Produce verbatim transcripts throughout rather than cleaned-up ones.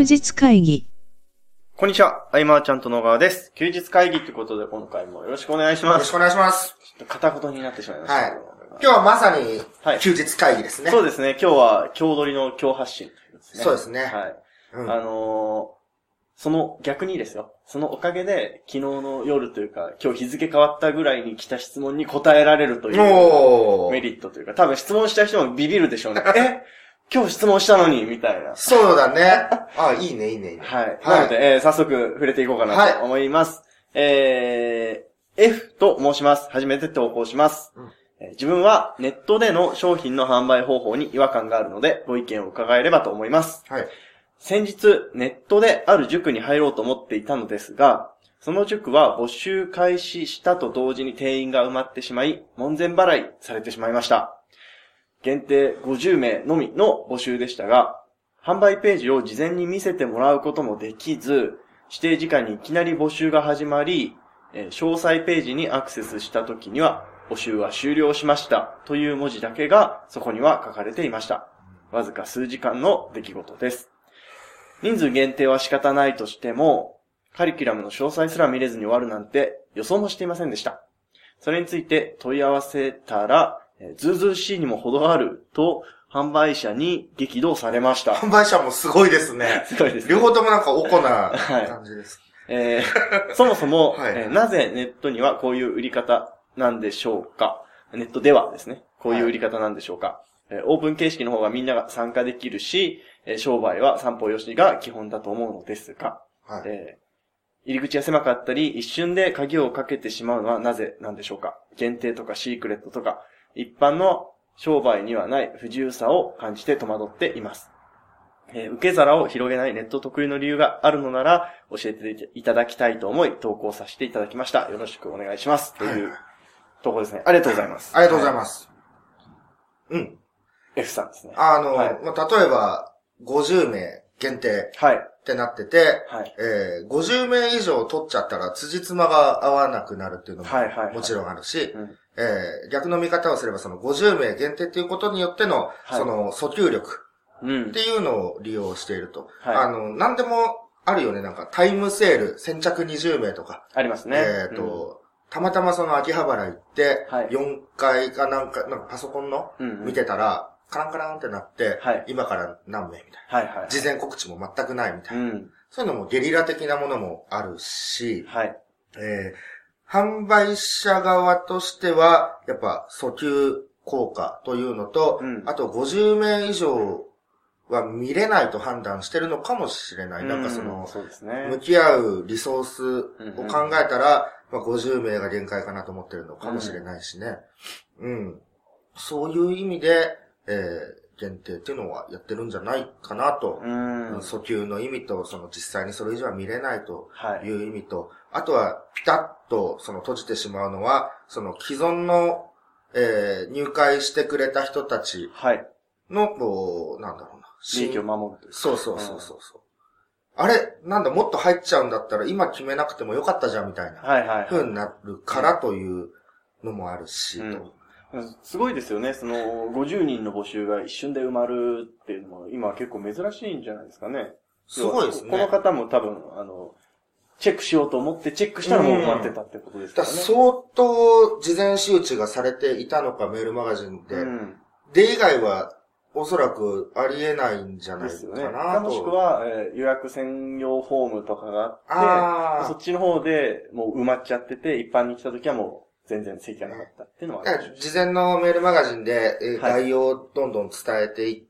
日会議。 こんにちは。アイマーちゃんと野川です。休日会議ということで今回もよろしくお願いします。 よろしくお願いします。 ちょっと片言になってしまいました。 はい。今日はまさに休日会議ですね。 はい、そうですね。今日は今日撮りの今日発信ですね。 そうですね。はい。 うん、あのー、その逆にですよ。そのおかげで昨日の夜というか今日日付変わったぐらいに来た質問に答えられるというメリットというか、多分質問した人もビビるでしょうね。え今日質問したのにみたいな。 そうだね。あ、いいね、いいね、いいね。 はい。はい、なので、えー、早速触れていこうかなと思います。はい、えー、F と申します。初めて投稿します、うんえー。自分はネットでの商品の販売方法に違和感があるので、ご意見を伺えればと思います。はい。先日、ネットである塾に入ろうと思っていたのですが、その塾は募集開始したと同時に定員が埋まってしまい、門前払いされてしまいました。限定ごじゅうめいのみの募集でしたが、販売ページを事前に見せてもらうこともできず、指定時間にいきなり募集が始まり、えー、詳細ページにアクセスした時には、募集は終了しましたという文字だけがそこには書かれていました。わずか数時間の出来事です。人数限定は仕方ないとしても、カリキュラムの詳細すら見れずに終わるなんて予想もしていませんでした。それについて問い合わせたら、ずうずうしいにも程があると販売者に激怒されました。 販売者もすごいですね。 すごいですね。 両方ともなんかおこな感じです。 はいえー、そもそも、はいえー、なぜネットにはこういう売り方なんでしょうか。ネットではですね、こういう売り方なんでしょうか。はい、オープン形式の方がみんなが参加できるし、商売は三方よしが基本だと思うのですが、はいえー、入り口が狭かったり、一瞬で鍵をかけてしまうのはなぜなんでしょうか。限定とかシークレットとか、一般の商売にはない不自由さを感じて戸惑っています。えー、受け皿を広げないネット特有の理由があるのなら教えていただきたいと思い投稿させていただきました。よろしくお願いします。という投稿ですね。ありがとうございます。 ありがとうございます。はい、うん。 F さんですね。 あの、はい、まあ、例えばごじゅうめい限定ってなってて、はいえー、ごじゅうめい以上取っちゃったら辻褄が合わなくなるっていうのももちろんあるし、はいはいはいうんえー、逆の見方をすればそのごじゅうめい限定っていうことによっての、はい、その訴求力っていうのを利用していると。はい、あの、なんでもあるよね、なんかタイムセール先着にじゅうめいとか。 ありますね。 えっ、ー、と、うん、たまたまその秋葉原行って、はい、よんかいかなんか、なんかパソコンの見てたら、うんうん、カランカランってなって、はい、今から何名みたいな、はいはいはい。事前告知も全くないみたいな、うん。そういうのもゲリラ的なものもあるし、はいえー販売者側としては、やっぱ訴求効果というのと、うん、あとごじゅうめい以上は見れないと判断してるのかもしれない。うん、なんかその、そうですね、向き合うリソースを考えたら、うんうんまあ、ごじゅうめいが限界かなと思ってるのかもしれないしね。うん。うん、そういう意味で、えー、限定っていうのはやってるんじゃないかなと。うん、訴求の意味と、その実際にそれ以上は見れないという意味と、はい、あとはピタッとその閉じてしまうのは、その既存の、えー、入会してくれた人たちの、こう、なんだろうな。 利益を守るという。 そうそうそうそう。うん、あれなんだ、もっと入っちゃうんだったら今決めなくてもよかったじゃんみたいな。はいはいはい。風になるからというのもあるし、うんと。すごいですよね。その、ごじゅうにんの募集が一瞬で埋まるっていうのも、今結構珍しいんじゃないですかね。 すごいですね。 この方も多分、あの、チェックしようと思ってチェックしたらもう埋まってたってことですからね。 うん、だ相当事前周知がされていたのか、メールマガジンで。うん、で以外は、おそらくありえないんじゃないかなと。 もしくは、えー、予約専用フォームとかがあって、そっちの方でもう埋まっちゃってて、一般に来た時はもう、全然席がなかったっていうのはある。 事前のメールマガジンで、えーはい、概要をどんどん伝えていって、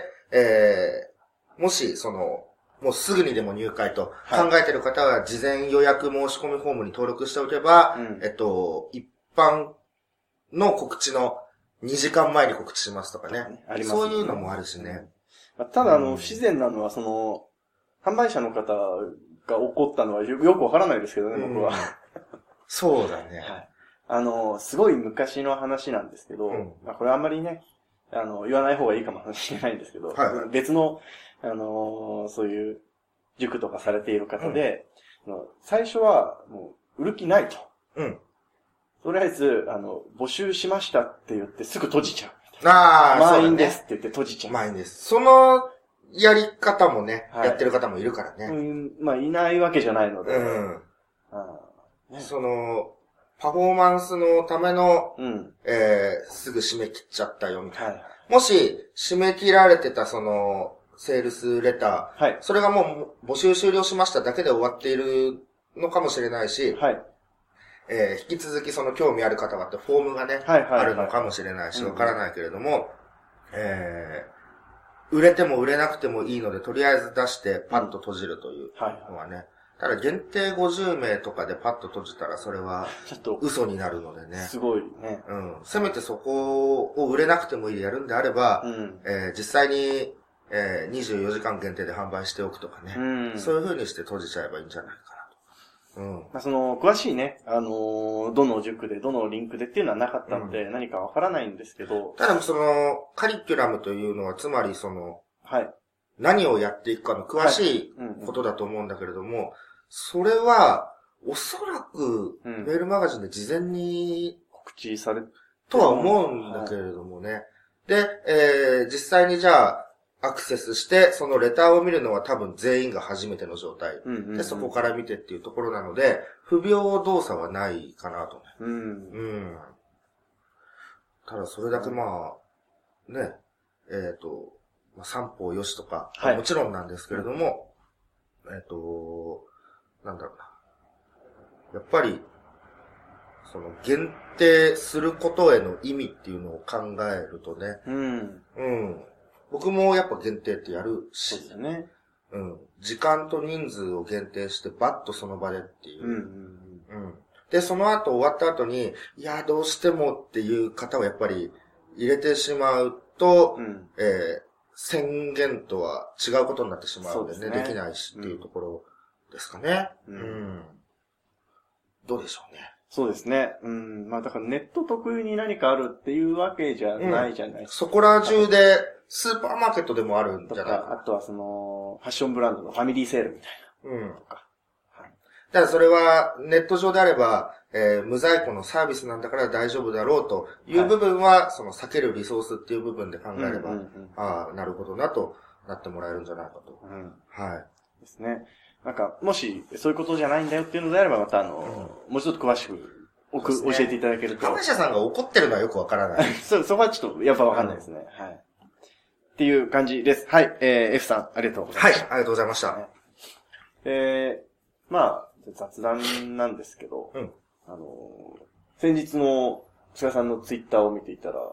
えー、もし、その、もうすぐにでも入会と考えている方は、事前予約申し込みフォームに登録しておけば、うん、えっと、一般の告知のにじかんまえに告知しますとかね。ねありますね。そういうのもあるしね。 ただ、あの、不自然なのは、その、販売者の方が怒ったのはよくわからないですけどね、僕は。うん、 そうだね。 はいあの、すごい昔の話なんですけど、うん、まあ、これあんまりね、あの、言わない方がいいかもしれないんですけど、はい、別の、あのー、そういう塾とかされている方で、うん、最初はもう売る気ないと。うん。とりあえず、あの、募集しましたって言ってすぐ閉じちゃう。 ああ、 満員ですって言って閉じちゃう。 満員です。そのやり方もね、はい、やってる方もいるからね。 うん、まあ、いないわけじゃないので。うん。 あね、その、パフォーマンスのための、うん、えー、すぐ締め切っちゃったよみたいな。はい、もし、締め切られてたその、セールスレター、はい、それがもう募集終了しましただけで終わっているのかもしれないし、はい、えー、引き続きその興味ある方はってフォームがね、はいはいはい、あるのかもしれないし、わからないけれども、うん、えー、売れても売れなくてもいいので、とりあえず出してパッと閉じるというのはね、はい、ただ限定ごじゅうめいとかでパッと閉じたらそれは嘘になるのでね。 すごいね。 うん。せめてそこを売れなくてもいいでやるんであれば、うん、えー、実際に、えー、にじゅうよじかん限定で販売しておくとかね。うん、そういう風にして閉じちゃえばいいんじゃないかなと。うん。 まあ、その、詳しいね、あのー、どの塾で、どのリンクでっていうのはなかったので、うん、何かわからないんですけど。 ただその、カリキュラムというのは、つまりその、はい。何をやっていくかの詳しいことだと思うんだけれども、はいうんうんそれは、おそらく、メールマガジンで事前に、 告知されとは思うんだけれどもね。はい、で、えー、実際にじゃあ、アクセスして、そのレターを見るのは多分全員が初めての状態。うんうんうん、で、そこから見てっていうところなので、不平動作はないかなと。うん。うん。ただそれだけまあ、ね、えっ、ー、と、まあ、三方よしとか、はい、もちろんなんですけれども、うん、えっ、ー、と、なんだろうな。やっぱり、その限定することへの意味っていうのを考えるとね。うん。うん。僕もやっぱ限定ってやるし。そうですね。うん。時間と人数を限定してバッとその場でっていう。うん、うん。うん。で、その後終わった後に、いや、どうしてもっていう方をやっぱり入れてしまうと、うん、えー、宣言とは違うことになってしまうのでね、で, ねできないしっていうところ。うんですかね。うん。うん、どうでしょうね。 そうですね。うん。まあだからネット特有に何かあるっていうわけじゃないじゃないですか。うん、そこら中でスーパーマーケットでもあるんじゃないか。 あとはその、ファッションブランドのファミリーセールみたいな。うん。とか。 はい。だからそれはネット上であれば、えー、無在庫のサービスなんだから大丈夫だろうという部分は、はい、その避けるリソースっていう部分で考えれば、うんうんうん、ああ、なるほどなとなってもらえるんじゃないかと。うん。はい。 ですね。なんか、もし、そういうことじゃないんだよっていうのであれば、またあの、うん、もうちょっと詳しく、おく、ね、教えていただけると。 浜社さんが怒ってるのはよくわからない。 そ、そこはちょっと、やっぱわかんないですね。うん、はい。っていう感じです。はい。えー、F さん、ありがとうございました。 はい、ありがとうございました。ね、 えー、まあ、雑談なんですけど、うん、あの、先日の、菅さんのツイッターを見ていたら、はい。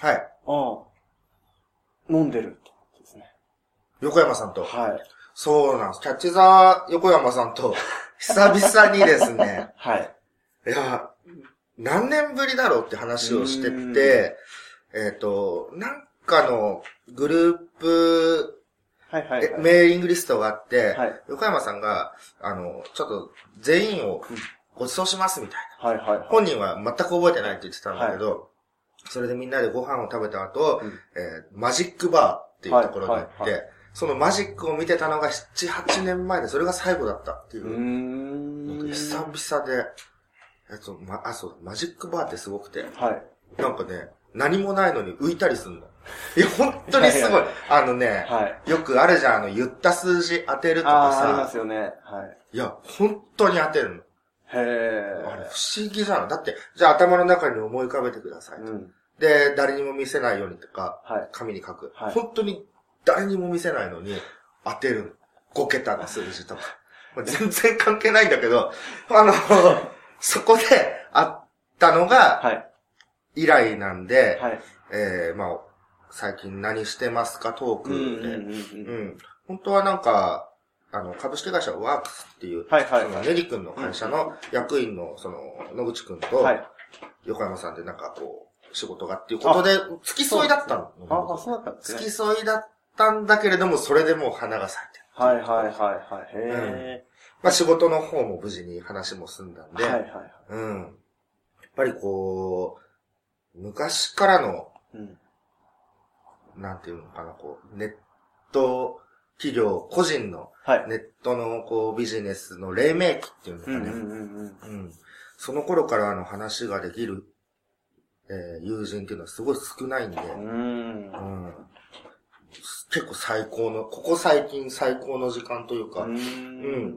ああ、飲んでるとですね。 横山さんと。はい。そうなんです。キャッチザー横山さんと、久々にですね。はい。いや、何年ぶりだろうって話をしてて、えっと、なんかのグループ、はいはいはい、メーリングリストがあって、はい、横山さんが、あの、ちょっと全員をご馳走しますみたいな。はいはいはい、本人は全く覚えてないって言ってたんだけど、はい、それでみんなでご飯を食べた後、うんえー、マジックバーっていうところに行って、はいはいはいそのマジックを見てたのがなな、はちねんまえで、それが最後だったっていう。うーん久々で、えっと、ま、あ、そう、マジックバーってすごくて。はい。なんかね、何もないのに浮いたりすんの。いや、本当にすごい。いやいやあのね、はい、よくあるじゃん、あの、言った数字当てるとかさ。 あ、ありますよね。はい。 いや、本当に当てるの。へー。あれ、不思議じゃん。だって、じゃあ頭の中に思い浮かべてくださいと。うん、で、誰にも見せないようにとか、はい、紙に書く。はい、本当に、誰にも見せないのに当てる。ご桁の数字とか。全然関係ないんだけど、あの、そこで会ったのが、以来なんで、はい、えー、まあ、最近何してますかトークで、うんうんうんうん、本当はなんか、あの、株式会社ワークスっていう、はいはいはい、そのネリ君の会社の役員の、その、野口君と、横山さんでなんかこう、仕事がっていうことで、付き添いだったの。 ああ、そうだったんですね。 付き添いだったんだけれども、それでもう花が咲いてる。 はいはいはいはい。へー。まあ仕事の方も無事に話も済んだんで、はいはいはい。うん。やっぱりこう、昔からの、うん、なんていうのかな、こう、ネット企業、個人の、ネットのこうビジネスの黎明期っていうのかね、うんうんうんうん、その頃からの話ができる、えー、友人っていうのはすごい少ないんで、うんうん、 結構最高の、ここ最近最高の時間というか、うん,、うん。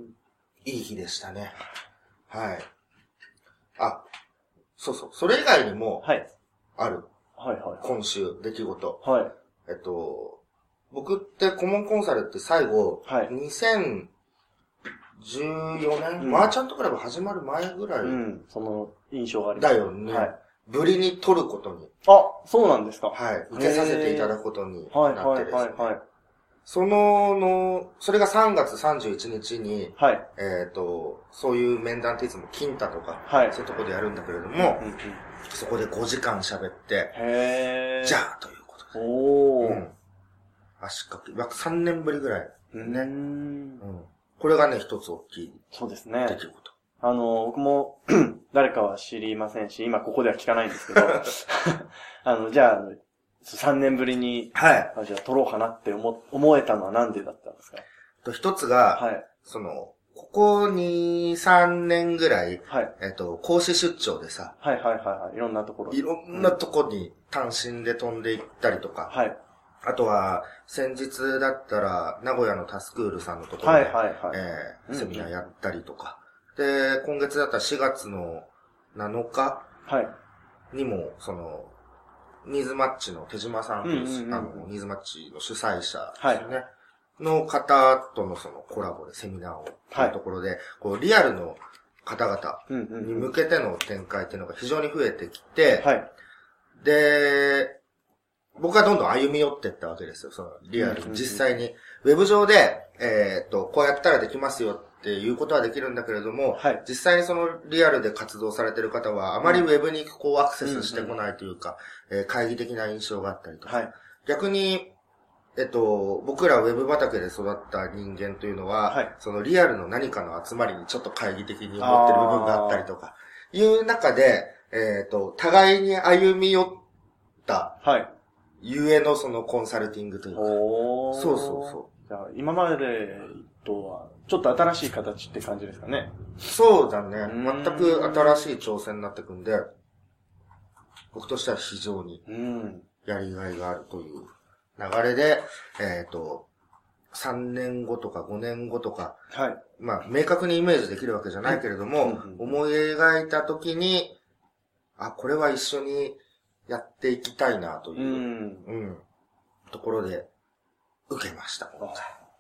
いい日でしたね。はい。あ、そうそう。それ以外にも、はい。ある。はいはい、はい。今週、出来事。はい。えっと、僕ってコモンコンサルって最後、はい。にせんじゅうよねん、うん、マーチャントクラブ始まる前ぐらい。うん。 その印象があります。 だよね。はい。ぶりに取ることに。 あ、そうなんですか。 はい。受けさせていただくことになってですね。はいはいはい、はい。その、の、それがさんがつさんじゅういちにちに、はい。えっと、そういう面談っていつも金太とか、はい。そういうところでやるんだけれども、うんうんうん、そこでごじかん喋って、へー。じゃあ、ということで。おー。うん。足掛け、約さんねんぶりぐらい。ね。うん。うん。これがね、一つ大きい。 そうですね。出来事。あの、僕も、誰かは知りませんし、今ここでは聞かないんですけど、あの、じゃあ、さんねんぶりに、はい。じゃあ撮ろうかなって思、思えたのはなんでだったんですか？ と、一つが、はい。その、ここに、さんねんぐらい、はい。えっと、講師出張でさ、 はいはいはいはい。いろんなところいろんなとこに単身で飛んで行ったりとか、はい。あとは、先日だったら、名古屋のタスクールさんのところで、はいはいはい。えー、セミナーやったりとか、うんうん、で、今月だったらしがつのなのか、はい。にも、その、ニーズマッチの手島さんという、うんうんうん、あの、ニーズマッチの主催者ですよね。はい。の方とのそのコラボでセミナーを、というところで、はい、こう、リアルの方々に向けての展開っていうのが非常に増えてきて、はい。で、僕はどんどん歩み寄っていったわけですよ、そのリアルに。実際に、ウェブ上で、えっと、こうやったらできますよっていうことはできるんだけれども、はい、実際にそのリアルで活動されている方は、あまりウェブにこうアクセスしてこないというか、うんうん、えー、懐疑的な印象があったりとか、はい、逆に、えっと、僕らウェブ畑で育った人間というのは、はい、そのリアルの何かの集まりにちょっと懐疑的に思ってる部分があったりとか、いう中で、えっと、互いに歩み寄った、はい。ゆえのそのコンサルティングというか。そうそうそう。 じゃあ今までとはちょっと新しい形って感じですかね。 そうだね。全く新しい挑戦になってくんで、僕としては非常にやりがいがあるという流れで、えっと、さんねんごとかごねんごとか、はい。まあ明確にイメージできるわけじゃないけれども、うんうんうん、思い描いたときに、あ、これは一緒にやっていきたいなという、うん、うん、ところで受けました。はい。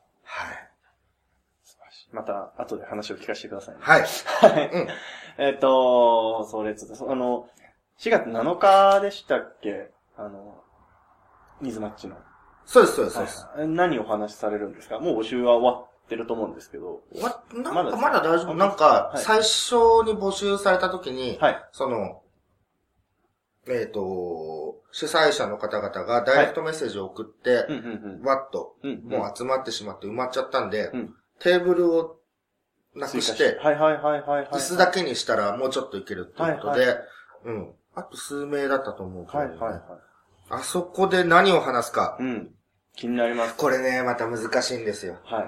素晴らしい。また後で話を聞かせてくださいね。 はい。 はい。うん、えっと、それつ、あの、しがつなのかでしたっけ？あの、ニーズマッチの。 そうです、そうです、そうです。 何をお話しされるんですか？もう募集は終わってると思うんですけど。 わ、なんかまだ大丈夫。なんか、最初に募集された時に、はい、その、えっと、主催者の方々がダイレクトメッセージを送って、わっと、もう集まってしまって埋まっちゃったんで、テーブルをなくして、椅子だけにしたらもうちょっといけるっていうことで、うん。あと数名だったと思うけど、ね、あそこで何を話すか。 うん。気になります。 これね、また難しいんですよ。はい。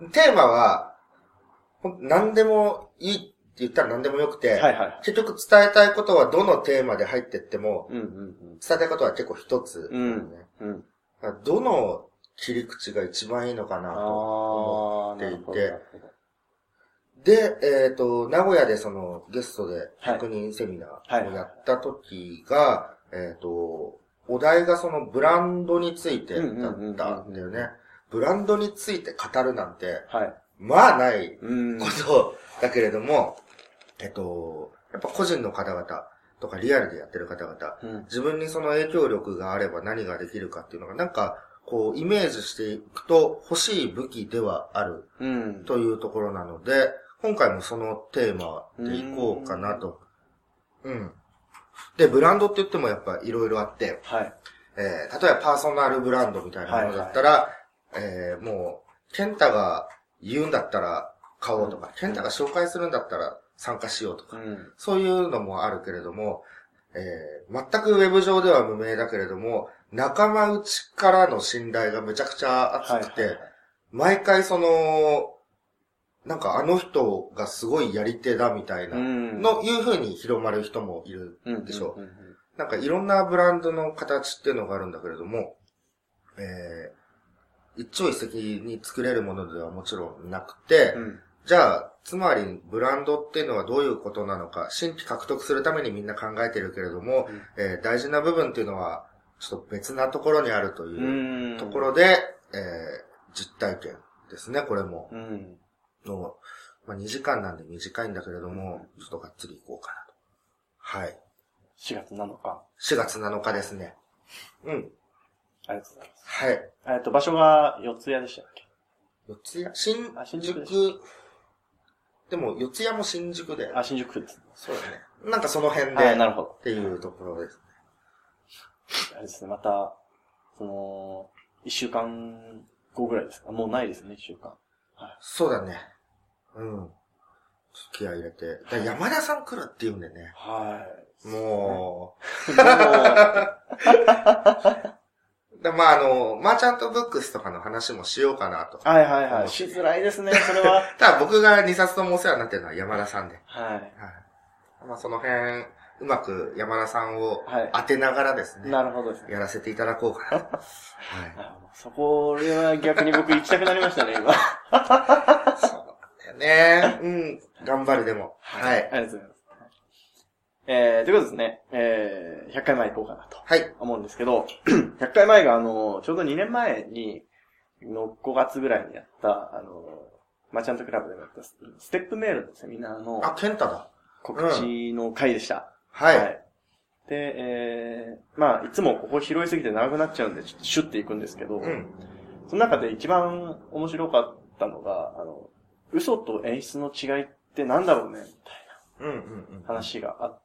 テーマは、何でもいい。って言ったら何でもよくて、はいはい、結局伝えたいことはどのテーマで入ってっても、うんうんうん、伝えたいことは結構一つ、ね、うんうん、どの切り口が一番いいのかなと思っていて、で、えっと、名古屋でそのゲストでひゃくにんセミナーをやった時が、はいはい、えっと、お題がそのブランドについてだったんだよね。ブランドについて語るなんて、はい、まあないことだけれども、えっと、やっぱ個人の方々とかリアルでやってる方々、うん、自分にその影響力があれば何ができるかっていうのがなんか、こうイメージしていくと欲しい武器ではあるというところなので、うん、今回もそのテーマでいこうかなと。うん。で、ブランドって言ってもやっぱいろいろあって、はい、えー、例えばパーソナルブランドみたいなものだったら、はいはい、えー、もう、ケンタが言うんだったら買おうとか、うん、ケンタが紹介するんだったら参加しようとか、うん、そういうのもあるけれども、えー、全くウェブ上では無名だけれども、仲間内からの信頼がめちゃくちゃ熱くて、はいはいはい、毎回その、なんかあの人がすごいやり手だみたいな、の、うん、いう風に広まる人もいるでしょう。うんうんうんうん、なんかいろんなブランドの形っていうのがあるんだけれども、えー、 一朝一夕に作れるものではもちろんなくて、うん、じゃあ、つまりブランドっていうのはどういうことなのか、新規獲得するためにみんな考えてるけれども、うん、えー、大事な部分っていうのは、ちょっと別なところにあるというところで、えー、実体験ですね、これも。うん、の、まあ、にじかんなんで短いんだけれども、ちょっとがっつりいこうかなと。はい。 しがつなのか。 しがつなのかですね。うん。 ありがとうございます。 はい。 えっと、場所が四谷でしたっけ？ 四谷新新宿、でも四谷も新宿で。 あ、新宿です。 そうだね。なんかその辺で。 なるほど。 っていうところですね。 あれですね、また、その、一週間後ぐらいですか？もうないですね、一週間。 はい。そうだね。うん。気合い入れて。だ山田さん来るって言うんでね。 はい。 もう。でまああの、マーチャントブックスとかの話もしようかなと。 はいはいはい。しづらいですね、それは。 ただ僕がにさつともお世話になってるのは山田さんで。 はい。はい、 まあその辺、うまく山田さんを当てながらですね。 はい、なるほどですね。 やらせていただこうかなと。はい。 そこ、れは逆に僕行きたくなりましたね、今。 そうだよね。うん。頑張るでも。はい。 ありがとうございます。えー、ということですね。えー、ひゃっかいまえ行こうかなと。 はい。 思うんですけど、ひゃっかいまえがあの、ちょうどにねんまえに、のごがつぐらいにやった、あの、マーチャントクラブでやったステップメールのセミナーの、 あ、ケンタだ。 告知の回でした。うん、 はい。はい。 で、えー、まあ、いつもここ広いすぎて長くなっちゃうんで、ちょっとシュッていくんですけど、うん、その中で一番面白かったのが、あの、嘘と演出の違いってなんだろうね、みたいな話があって、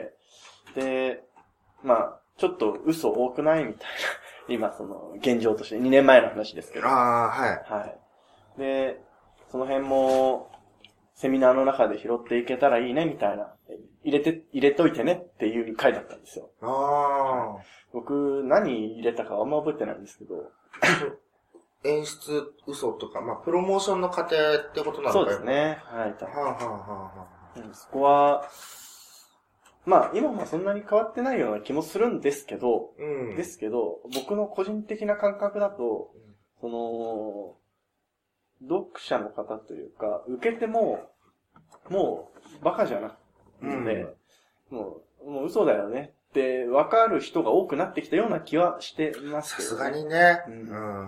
で、まあ、ちょっと嘘多くないみたいな、今その、現状としてにねんまえの話ですけど。 ああ、はい。 はい。で、その辺も、セミナーの中で拾っていけたらいいね、みたいな。入れて、入れといてねっていう回だったんですよ。 ああ。 僕、何入れたかあんま覚えてないんですけど。 演出、嘘とか、まあ、プロモーションの過程ってことなのかそうですね。はい。はあ、はあはあはあ、そこは、まあ、今もそんなに変わってないような気もするんですけど、うん、ですけど、僕の個人的な感覚だと、うん、その、読者の方というか、受けても、もう、バカじゃなくて、ので、うん、もう、もう嘘だよねって分かる人が多くなってきたような気はしてますけど、ね。さすがにね、うん、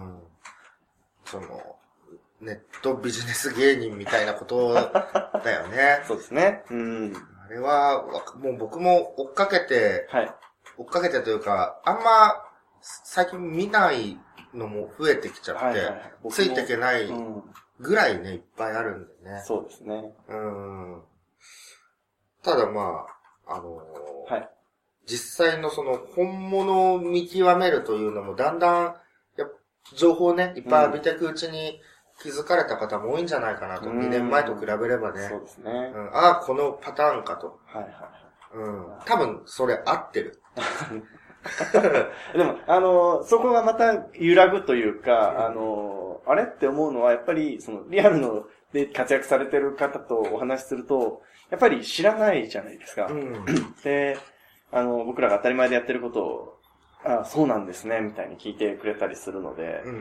うん。その、ネットビジネス芸人みたいなことだよね。 そうですね。うん。 あれは、もう僕も追っかけて、 はい。 追っかけてというか、あんま、最近見ないのも増えてきちゃって、はいはい、ついていけないぐらいね、いっぱいあるんでね。 そうですね。 うん。ただまあ、あのー、はい。実際のその本物を見極めるというのもだんだん、や情報をね、いっぱい浴びていくうちに気づかれた方も多いんじゃないかなと。うん、にねんまえと比べればね。 そうですね。 うん、ああ、このパターンかと。 はいはい。 うん。多分、それ合ってる。 でも、あのー、そこがまた揺らぐというか、あのー、あれって思うのは、やっぱり、その、リアルので活躍されてる方とお話しすると、やっぱり知らないじゃないですか。うん、で、あの、僕らが当たり前でやってることを、あ、そうなんですね、みたいに聞いてくれたりするので、 うんうんうんうん、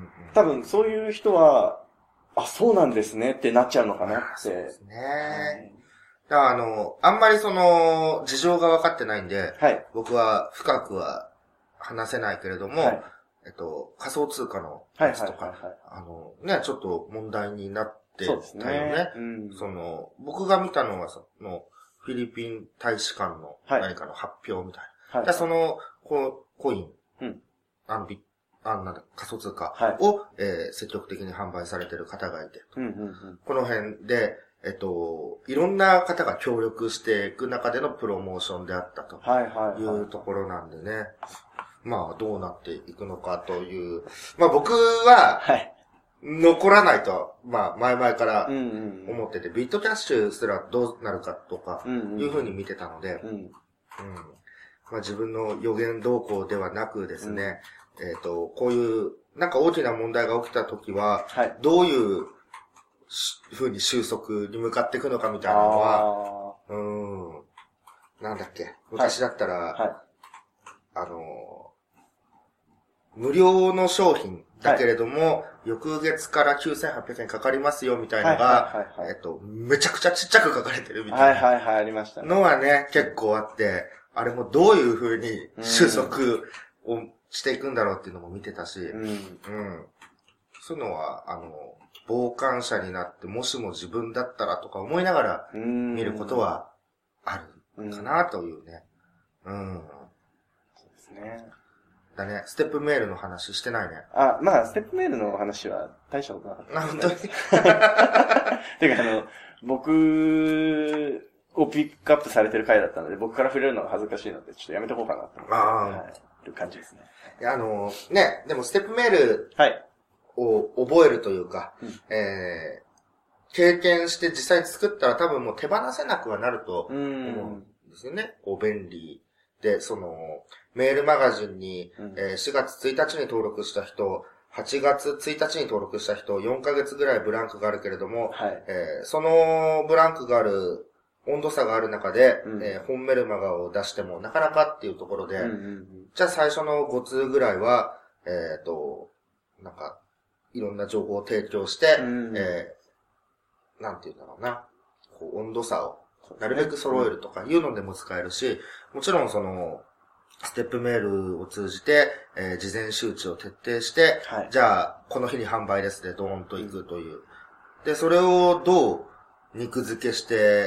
多分そういう人は、あ、そうなんですねってなっちゃうのかなって。 そうですね。はい、だからあの、あんまりその、事情が分かってないんで、はい、僕は深くは話せないけれども、はい、えっと、仮想通貨のやつとか、あの、ね、ちょっと問題になって、そうですね。ね、うん、その、僕が見たのはその、フィリピン大使館の何かの発表みたいな。はい、でその、こう、コイン、うん、あの、ビあなんだ、仮想通貨を、はい、えー、積極的に販売されている方がいて、うんうんうん、この辺で、えっと、いろんな方が協力していく中でのプロモーションであったというところなんでね。まあ、どうなっていくのかという。まあ僕は、はい、残らないと、まあ、前々から思ってて、うんうん、ビットキャッシュすらどうなるかとか、いうふうに見てたので、うんうんうんまあ、自分の予言動向ではなくですね、うん、えっと、こういう、なんか大きな問題が起きたときは、はい、どういうふうに収束に向かっていくのかみたいなのは、うん、なんだっけ、昔だったら、はいはい、あの、 無料の商品だけれども、はい、翌月からきゅうせんはっぴゃくえんかかりますよみたいなのが、えっと、めちゃくちゃちっちゃく書かれてるみたいな。 はいはいはい、ありましたね。 のはね、結構あって、あれもどういう風に収束をしていくんだろうっていうのも見てたし、うん。うん、そういうのは、あの、傍観者になって、もしも自分だったらとか思いながら見ることはあるかなというね。うん。うん、 そうですね。 だね。ステップメールの話してないね。 あ、まあ、ステップメールの話は大したことなかったですね。本当にていうか、あの、僕をピックアップされてる回だったので、僕から触れるのが恥ずかしいので、ちょっとやめとこうかなと思って。ああ。はい。いう感じですね。 いや、あの、ね、でもステップメールを覚えるというか、はい、えー、経験して実際に作ったら多分もう手放せなくはなると思うんですよね。こう便利で、その、メールマガジンに、うんえー、しがつついたちに登録した人、はちがつついたちに登録した人、よんかげつぐらいブランクがあるけれども、はいえー、そのブランクがある、温度差がある中で、うんえー、本メルマガを出してもなかなかっていうところで、うんうんうん、じゃあ最初のごつうぐらいは、えっと、なんか、いろんな情報を提供して、うんうんえー、なんて言うんだろうな、こう温度差をなるべく揃えるとかいうのでも使えるし、もちろんその、ステップメールを通じて、えー、事前周知を徹底して、はい、じゃあ、この日に販売ですでドーンと行くという。で、それをどう肉付けして、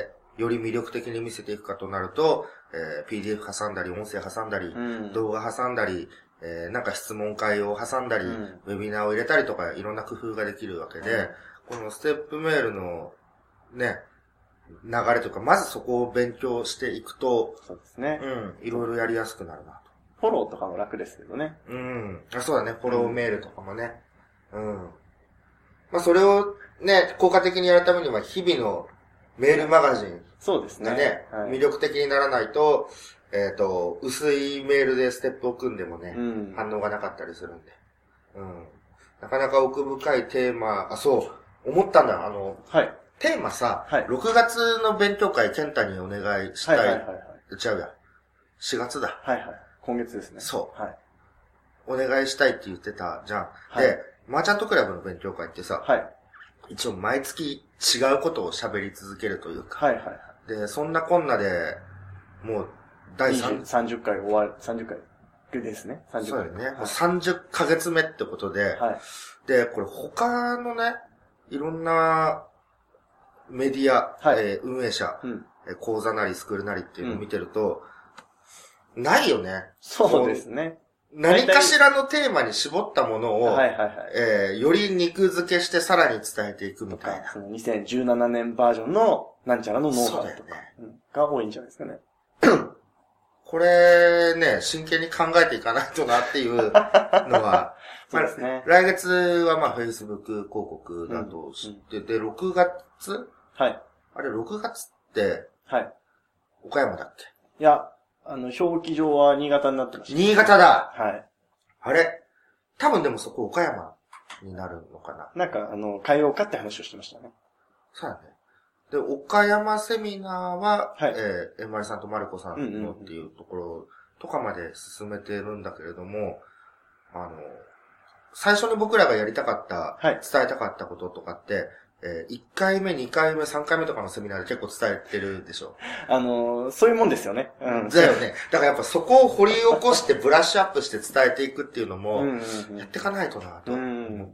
より魅力的に見せていくかとなると、えー、ピーディーエフ 挟んだり、音声挟んだり、うん、動画挟んだり、えー、なんか質問会を挟んだり、うん、ウェビナーを入れたりとか、いろんな工夫ができるわけで、うん、このステップメールの、ね、流れというか、まずそこを勉強していくと、 そうですね。 うん、いろいろやりやすくなるなと。 フォローとかも楽ですけどね。 うん。あ、そうだね、フォローメールとかもね。うん。うん、まあ、それをね、効果的にやるためには、日々のメールマガジン。 そうですね。 ね、はい、魅力的にならないと、えっと、薄いメールでステップを組んでもね、うん、反応がなかったりするんで。うん。なかなか奥深いテーマ、あ、そう、思ったんだ、あの、はい。テーマさ、はい、ろくがつの勉強会、健太にお願いしたい。はいはいはい、はい。違うや。しがつだ。 はいはい。今月ですね。 そう。はい。お願いしたいって言ってたじゃん。はい、で、マーチャントクラブの勉強会ってさ、はい。一応毎月違うことを喋り続けるというか。はいはいはい。で、そんなこんなで、もう、だいさんじゅっかい終わる、さんじゅっかいですね。さんじゅっかい。 そうだよね。はい、さんじゅっかげつめってことで、はい。で、これ他のね、いろんなメディア、はい、えー、運営者、うん、講座なりスクールなりっていうのを見てると、うん、ないよね。 そうですね。 何かしらのテーマに絞ったものを、はいはいはい、えー、より肉付けしてさらに伝えていくみたいな。 そのにせんじゅうななねんバージョンのなんちゃらのノウハウとか、ね、が多いんじゃないですかね。 これね、真剣に考えていかないとなっていうのは、そうですね。まあ、来月はまあ Facebook 広告だと知ってて、うんうん、ろくがつはい。あれろくがつって、はい。岡山だっけ？ いや、あの、表記上は新潟になってました、 ね。新潟だ！はい。あれ多分でもそこ岡山になるのかな。 なんか、あの、変えようかって話をしてましたね。 そうだね。で、岡山セミナーは、はい、えー、えまりさんとまるこさんのっていうところとかまで進めてるんだけれども、あの、最初に僕らがやりたかった、はい、伝えたかったこととかって、えー、いっかいめ、にかいめ、さんかいめとかのセミナーで結構伝えてるでしょ。 あのー、そういうもんですよね。うん。 だよね。だからやっぱそこを掘り起こしてブラッシュアップして伝えていくっていうのも、やっていかないとなと思って。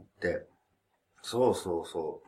そうそうそう。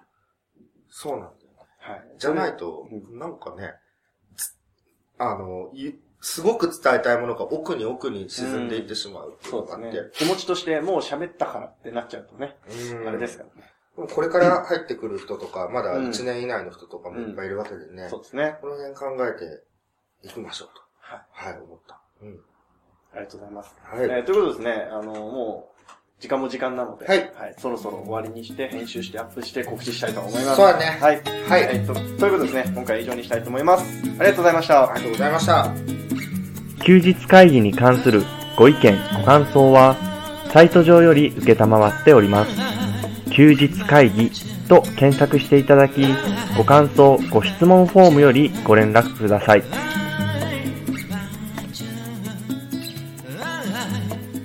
そうなんだよね。はい。じゃないと、なんかね、あの、すごく伝えたいものが奥に奥に沈んでいってしまうっていうのがあって、うん、そうですね。 気持ちとしてもう喋ったからってなっちゃうとね、うん、あれですからね。 これから入ってくる人とか、まだいちねん以内の人とかもいっぱいいるわけでね。 うん、そうですね。 この辺考えていきましょうと。はい。はい、思った。うん。 ありがとうございます。はい。えー、ということですね、あの、もう、時間も時間なので、はい。はい。そろそろ終わりにして、編集してアップして告知したいと思います。 そうだね。 はい。はい。えー、と、ということですね、今回は以上にしたいと思います。ありがとうございました。 ありがとうございました。 休日会議に関するご意見、ご感想は、サイト上より受けたまわっております。休日会議と検索していただき、ご感想、ご質問フォームよりご連絡ください。